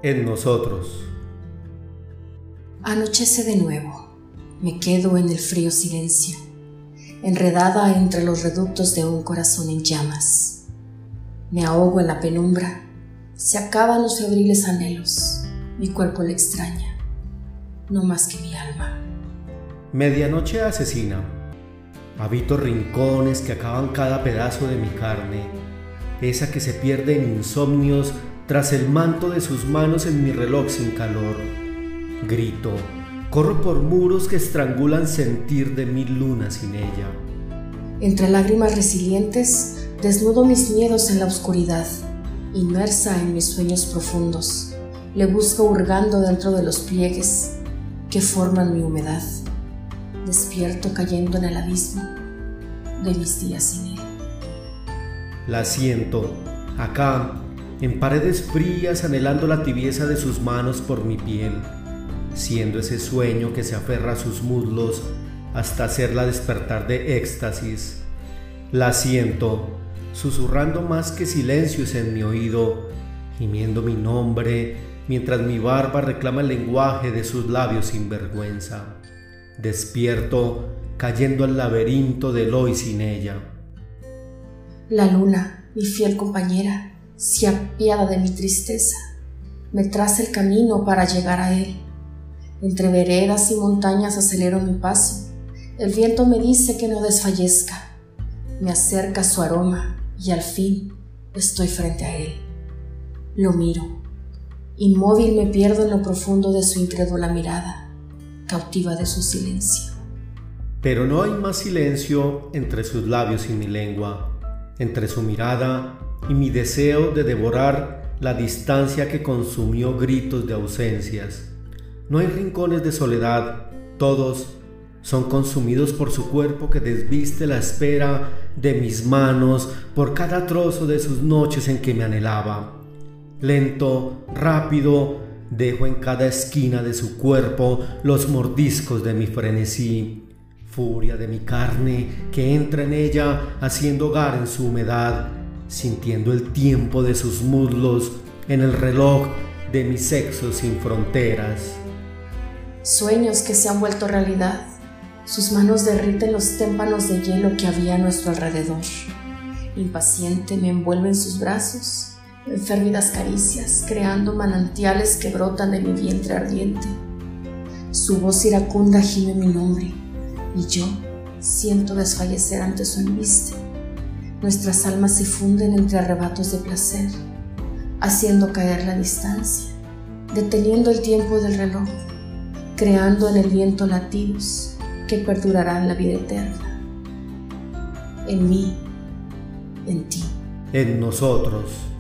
en nosotros. Anochece de nuevo. Me quedo en el frío silencio, enredada entre los reductos de un corazón en llamas. Me ahogo en la penumbra. Se acaban los febriles anhelos. Mi cuerpo le extraña, no más que mi alma. Medianoche asesina. Habito rincones que acaban cada pedazo de mi carne, esa que se pierde en insomnios tras el manto de sus manos en mi reloj sin calor. Grito, corro por muros que estrangulan sentir de 1000 lunas sin ella. Entre lágrimas resilientes, desnudo mis miedos en la oscuridad. Inmersa en mis sueños profundos, le busco hurgando dentro de los pliegues que forman mi humedad. Despierto cayendo en el abismo de mis días sin él. La siento, acá, en paredes frías, anhelando la tibieza de sus manos por mi piel, siendo ese sueño que se aferra a sus muslos hasta hacerla despertar de éxtasis. La siento, susurrando más que silencios en mi oído, gimiendo mi nombre, mientras mi barba reclama el lenguaje de sus labios sin vergüenza. Despierto, cayendo al laberinto del hoy sin ella. La luna, mi fiel compañera, se apiada de mi tristeza, me traza el camino para llegar a él. Entre veredas y montañas acelero mi paso, el viento me dice que no desfallezca, me acerca su aroma y al fin estoy frente a él. Lo miro, inmóvil me pierdo en lo profundo de su incrédula mirada, cautiva de su silencio. Pero no hay más silencio entre sus labios y mi lengua, entre su mirada y mi deseo de devorar la distancia que consumió gritos de ausencias. No hay rincones de soledad, todos son consumidos por su cuerpo que desviste la espera de mis manos por cada trozo de sus noches en que me anhelaba. Lento, rápido, dejo en cada esquina de su cuerpo los mordiscos de mi frenesí, furia de mi carne que entra en ella haciendo hogar en su humedad, sintiendo el tiempo de sus muslos en el reloj de mi sexo sin fronteras. Sueños que se han vuelto realidad, sus manos derriten los témpanos de hielo que había a nuestro alrededor. Impaciente me envuelve en sus brazos, en férvidas caricias, creando manantiales que brotan de mi vientre ardiente. Su voz iracunda gime mi nombre, y yo siento desfallecer ante su embiste. Nuestras almas se funden entre arrebatos de placer, haciendo caer la distancia, deteniendo el tiempo del reloj, creando en el viento latidos que perdurarán la vida eterna. En mí, en ti, en nosotros.